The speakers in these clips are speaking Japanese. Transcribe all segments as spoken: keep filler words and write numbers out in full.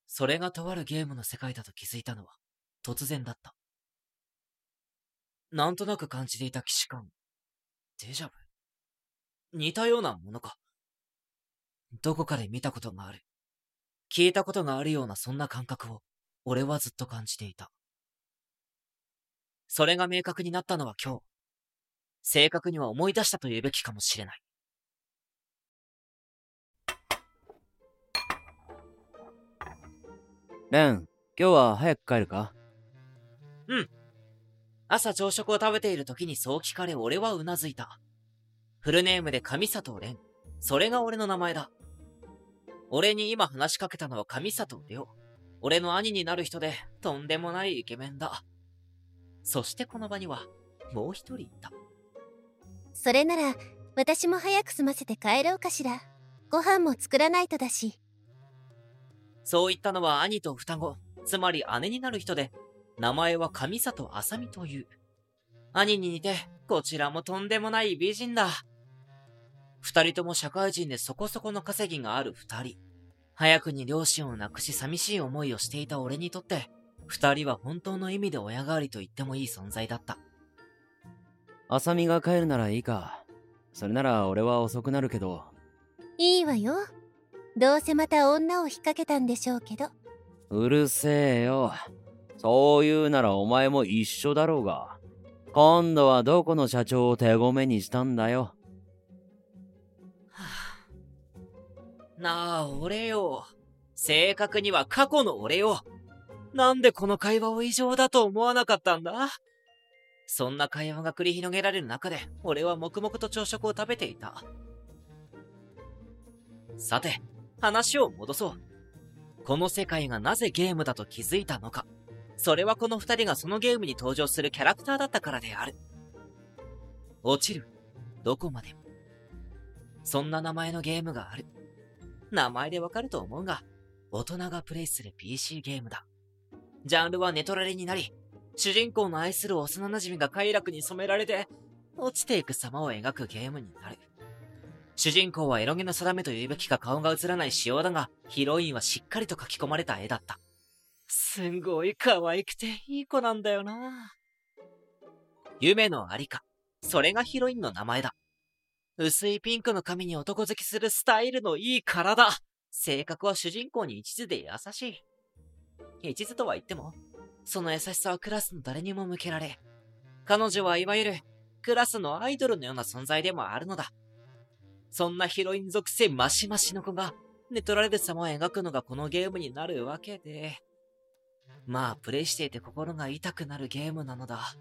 それがとあるゲームの世界だと気づいたのは突然だった。なんとなく感じていた既視感、デジャブ、似たようなものか。どこかで見たことがある、聞いたことがあるようなそんな感覚を俺はずっと感じていた。それが明確になったのは今日。正確には思い出したと言うべきかもしれない。 レン、今日は早く帰るか？ うん。朝朝食を食べている時にそう聞かれ俺はうなずいた。フルネームで上里蓮。それが俺の名前だ。俺に今話しかけたのは上里亮。俺の兄になる人でとんでもないイケメンだ。そしてこの場にはもう一人いた。 それなら私も早く済ませて帰ろうかしら。ご飯も作らないとだし。 そう言ったのは兄と双子、つまり姉になる人で、名前は上里あさみという。兄に似てこちらもとんでもない美人だ。二人とも社会人でそこそこの稼ぎがある二人。早くに両親を亡くし寂しい思いをしていた俺にとって、二人は本当の意味で親代わりと言ってもいい存在だった。 あさみが帰るならいいか。それなら俺は遅くなるけど。 いいわよ。どうせまた女を引っ掛けたんでしょうけど。 うるせえよ。そう言うならお前も一緒だろうが。今度はどこの社長を手ごめにしたんだよ。 はあ、なあ、俺よ。正確には過去の俺よ。なんでこの会話を異常だと思わなかったんだ？そんな会話が繰り広げられる中で、俺は黙々と朝食を食べていた。さて、話を戻そう。この世界がなぜゲームだと気づいたのか。それはこの二人がそのゲームに登場するキャラクターだったからである。落ちる。どこまでも。そんな名前のゲームがある。名前でわかると思うが、大人がプレイする ピーシー ゲームだ。ジャンルはネトラレになり、主人公の愛する幼馴染が快楽に染められて、落ちていく様を描くゲームになる。主人公はエロゲの定めと言うべきか顔が映らない仕様だが、ヒロインはしっかりと描き込まれた絵だった。すんごい可愛くていい子なんだよな。夢のありか。それがヒロインの名前だ。薄いピンクの髪に男好きするスタイルのいい体。性格は主人公に一途で優しい。一途とは言っても、その優しさはクラスの誰にも向けられ、彼女はいわゆるクラスのアイドルのような存在でもあるのだ。そんなヒロイン属性マシマシの子が寝取られる様を描くのがこのゲームになるわけで、まあプレイしていて心が痛くなるゲームなのだ。は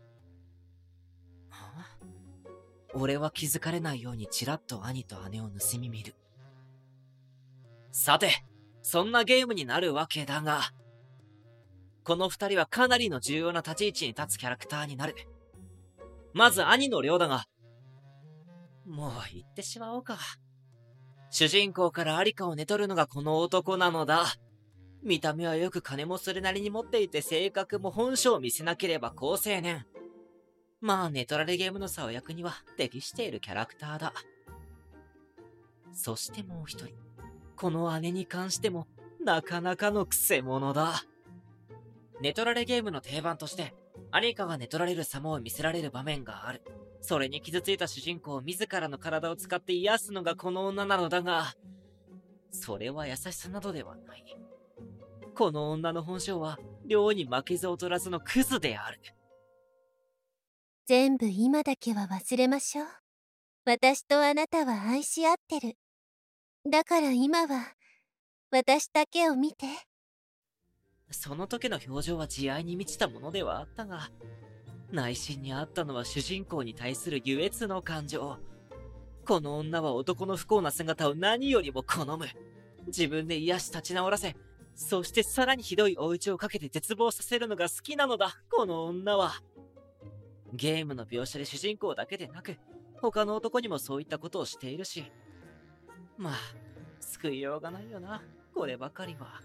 あ、俺は気づかれないようにちらっと兄と姉を盗み見る。さて、そんなゲームになるわけだが、この二人はかなりの重要な立ち位置に立つキャラクターになる。まず兄の亮だが、もう言ってしまおうか。主人公からアリカを寝取るのがこの男なのだ。見た目はよく金もそれなりに持っていて性格も本性を見せなければ好青年。まあ寝取られゲームの竿役には適しているキャラクターだ。そしてもう一人。この姉に関してもなかなかのクセ者だ。寝取られゲームの定番としてアリカが寝取られる様を見せられる場面がある。それに傷ついた主人公を自らの体を使って癒すのがこの女なのだが、それは優しさなどではない。この女の本性は量に負けず劣らずのクズである。 全部今だけは忘れましょう。私とあなたは愛し合ってる。だから今は私だけを見て。 その時の表情は慈愛に満ちたものではあったが、内心にあったのは主人公に対する優越の感情。この女は男の不幸な姿を何よりも好む。自分で癒し立ち直らせ、そしてさらにひどい追い打ちをかけて絶望させるのが好きなのだ、この女は。ゲームの描写で主人公だけでなく、他の男にもそういったことをしているし。まあ、救いようがないよな、こればかりは。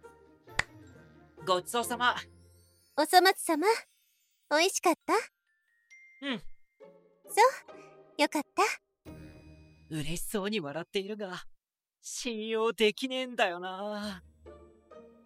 ごちそうさま。 おそ松様、おいしかった？ うん。 そう、よかった。 嬉しそうに笑っているが、信用できねえんだよな。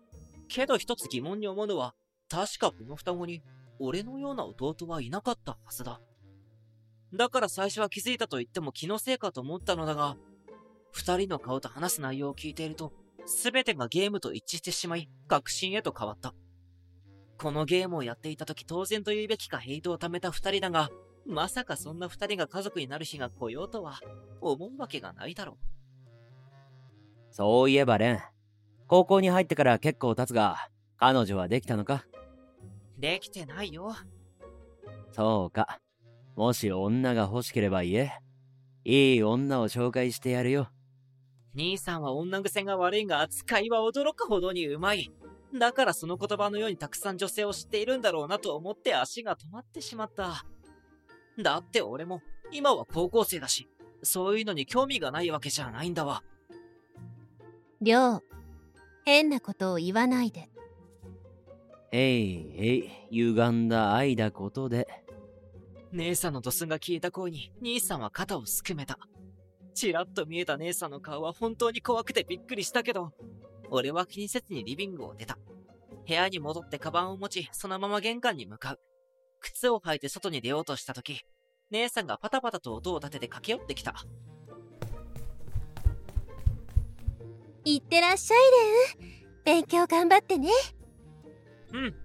けど一つ疑問に思うのは、確かこの双子に俺のような弟はいなかったはずだ。だから最初は気づいたと言っても気のせいかと思ったのだが、二人の顔と話す内容を聞いていると、すべてがゲームと一致してしまい、確信へと変わった。このゲームをやっていた時当然と言うべきかヘイトを貯めた二人だが、まさかそんな二人が家族になる日が来ようとは、思うわけがないだろう。 そういえばレン、高校に入ってから結構経つが、彼女はできたのか？ できてないよ。 そうか。もし女が欲しければ言え。いい女を紹介してやるよ。 兄さんは女癖が悪いが扱いは驚くほどにうまい。だからその言葉のようにたくさん女性を知っているんだろうなと思って足が止まってしまった。だって俺も今は高校生だし、そういうのに興味がないわけじゃないんだわ。 りょう、変なことを言わないで。 えいえい、歪んだ愛だことで。 姉さんのドスが消えた声に兄さんは肩をすくめた。ちらっと見えた姉さんの顔は本当に怖くてびっくりしたけど、俺は気にせずにリビングを出た。部屋に戻ってカバンを持ち、そのまま玄関に向かう。靴を履いて外に出ようとした時、姉さんがパタパタと音を立てて駆け寄ってきた。 いってらっしゃいレン。勉強頑張ってね。 うん。って、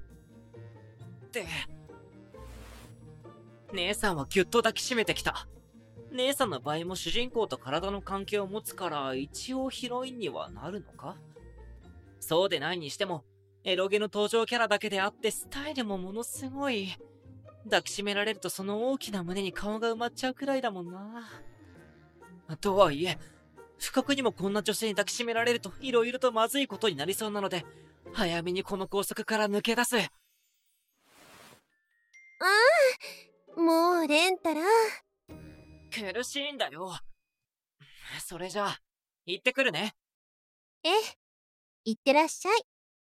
姉さんはぎゅっと抱きしめてきた。姉さんの場合も主人公と体の関係を持つから一応ヒロインにはなるのか？そうでないにしても、エロゲの登場キャラだけであってスタイルもものすごい。抱きしめられるとその大きな胸に顔が埋まっちゃうくらいだもんな。とはいえ、不覚にもこんな女性に抱きしめられると色々とまずいことになりそうなので、早めにこの拘束から抜け出す。 ああ、もうレンタら。 苦しいんだよ。それじゃあ、行ってくるね。 ええ、行ってらっしゃい。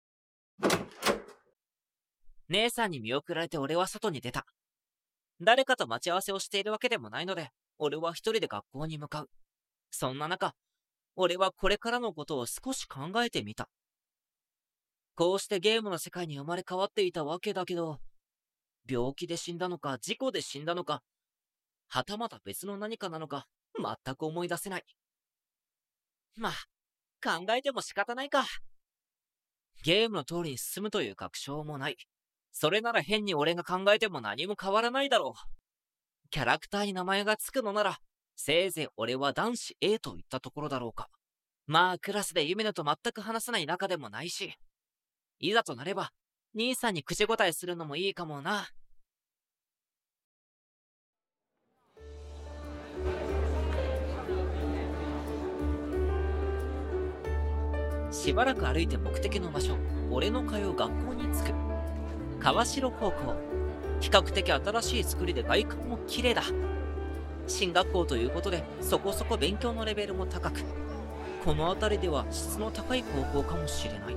姉さんに見送られて俺は外に出た。誰かと待ち合わせをしているわけでもないので、俺は一人で学校に向かう。そんな中、俺はこれからのことを少し考えてみた。こうしてゲームの世界に生まれ変わっていたわけだけど、病気で死んだのか事故で死んだのか、はたまた別の何かなのか、全く思い出せない。まあ、考えても仕方ないか。ゲームの通りに進むという確証もない。それなら変に俺が考えても何も変わらないだろう。キャラクターに名前がつくのなら、せいぜい俺は男子 A といったところだろうか。まあクラスで夢野と全く話さない仲でもないし、いざとなれば兄さんに口答えするのもいいかもな。しばらく歩いて目的の場所、俺の通う学校に着く。川城高校。比較的新しい作りで外観も綺麗だ。進学校ということでそこそこ勉強のレベルも高く、この辺りでは質の高い高校かもしれない。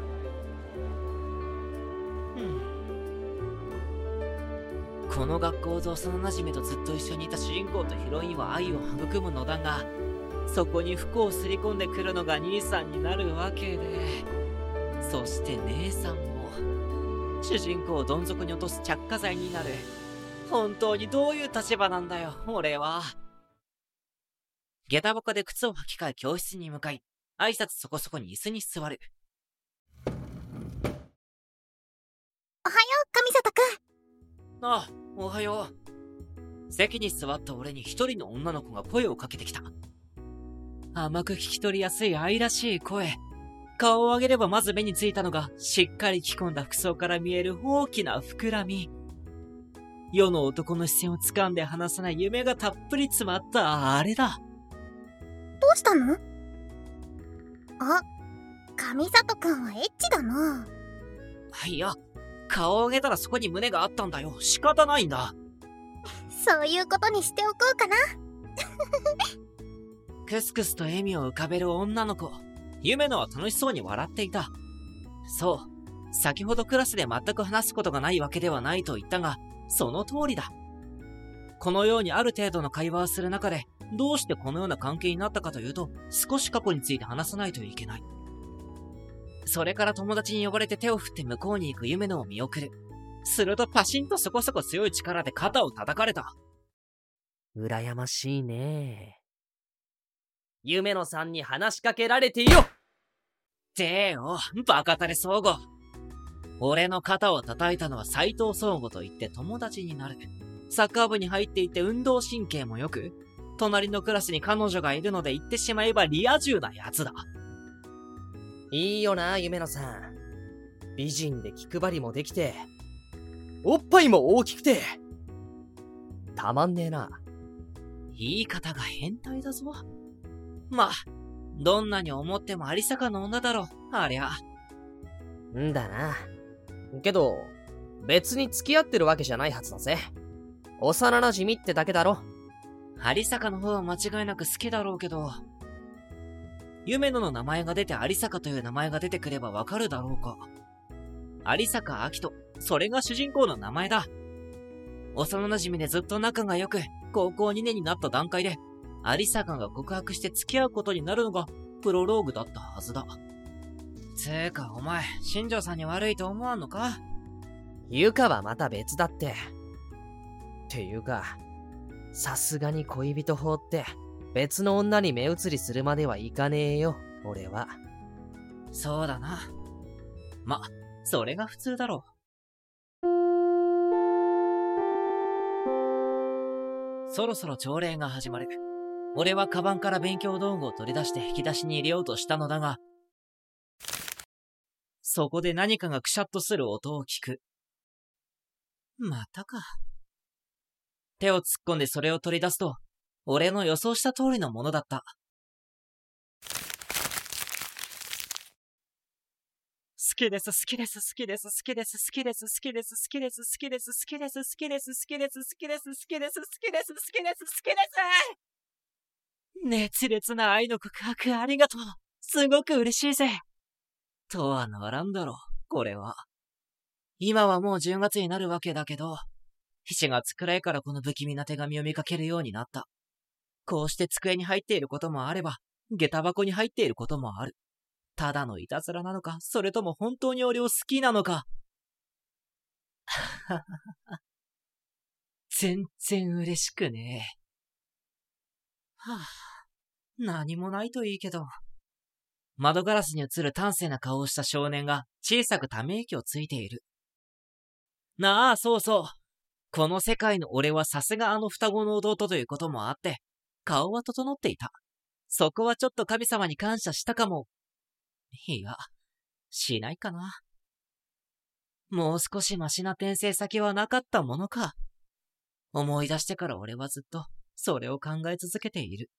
うん。この学校と幼馴染とずっと一緒にいた主人公とヒロインは愛を育むのだが、そこに不幸をすり込んでくるのが兄さんになるわけで、そして姉さんも主人公をどん底に落とす着火剤になる。本当にどういう立場なんだよ俺は。下駄箱で靴を履き替え教室に向かい、挨拶そこそこに椅子に座る。 おはよう上里くん。 ああ、おはよう。席に座った俺に一人の女の子が声をかけてきた。甘く聞き取りやすい愛らしい声。顔を上げればまず目についたのが、しっかり着込んだ服装から見える大きな膨らみ。世の男の視線を掴んで離さない夢がたっぷり詰まったあれだ。 どうしたの？あ、上里くんはエッチだな。 いや、顔を上げたらそこに胸があったんだよ。仕方ないんだ。 そういうことにしておこうかな。 クスクスと笑みを浮かべる女の子。夢野は楽しそうに笑っていた。そう、先ほどクラスで全く話すことがないわけではないと言ったが、その通りだ。このようにある程度の会話をする中で、どうしてこのような関係になったかというと、少し過去について話さないといけない。 それから友達に呼ばれて手を振って向こうに行く夢野を見送る。するとパシンとそこそこ強い力で肩を叩かれた。 羨ましいね。夢野さんに話しかけられてよ。 てえよ、バカタレ相互。俺の肩を叩いたのは斎藤相互といって友達になる。サッカー部に入っていて運動神経も良く、隣のクラスに彼女がいるので言ってしまえばリア充なやつだ。 いいよな、夢野さん。美人で気配りもできて、おっぱいも大きくて、たまんねえな。 言い方が変態だぞ。まあ、どんなに思っても有坂の女だろ、ありゃ。 んだな。けど、別に付き合ってるわけじゃないはずだぜ。幼馴染ってだけだろ。 有坂の方は間違いなく好きだろうけど、夢野の名前が出て有坂という名前が出てくればわかるだろうか。有坂明人、それが主人公の名前だ。幼馴染でずっと仲が良く、高校にねんになった段階で、有坂が告白して付き合うことになるのがプロローグだったはずだ。つーかお前、新庄さんに悪いと思わんのか？ ゆかはまた別だって。っていうか、さすがに恋人法って別の女に目移りするまではいかねえよ、俺は。 そうだな。ま、それが普通だろう。そろそろ朝礼が始まる。俺はカバンから勉強道具を取り出して引き出しに入れようとしたのだが、そこで何かがくしゃっとする音を聞く。またか。手を突っ込んでそれを取り出すと、俺の予想した通りのものだった。好きです、好きです、好きです、好きです、好きです、好きです、好きです、好きです、好きです、好きです、好きです、好きです、好きです、好きです、好きです、好きです、好きです。熱烈な愛の告白ありがとう。すごく嬉しいぜ。とはならんだろう、これは。今はもうじゅうがつになるわけだけど、しちがつくらいからこの不気味な手紙を見かけるようになった。こうして机に入っていることもあれば、下駄箱に入っていることもある。ただのいたずらなのか、それとも本当に俺を好きなのか。全然嬉しくねえ。はぁ、何もないといいけど。窓ガラスに映る端正な顔をした少年が小さくため息をついている。なあ、そうそう。この世界の俺はさすがあの双子の弟ということもあって、顔は整っていた。そこはちょっと神様に感謝したかも。いや、しないかな。もう少しマシな転生先はなかったものか。思い出してから俺はずっとそれを考え続けている。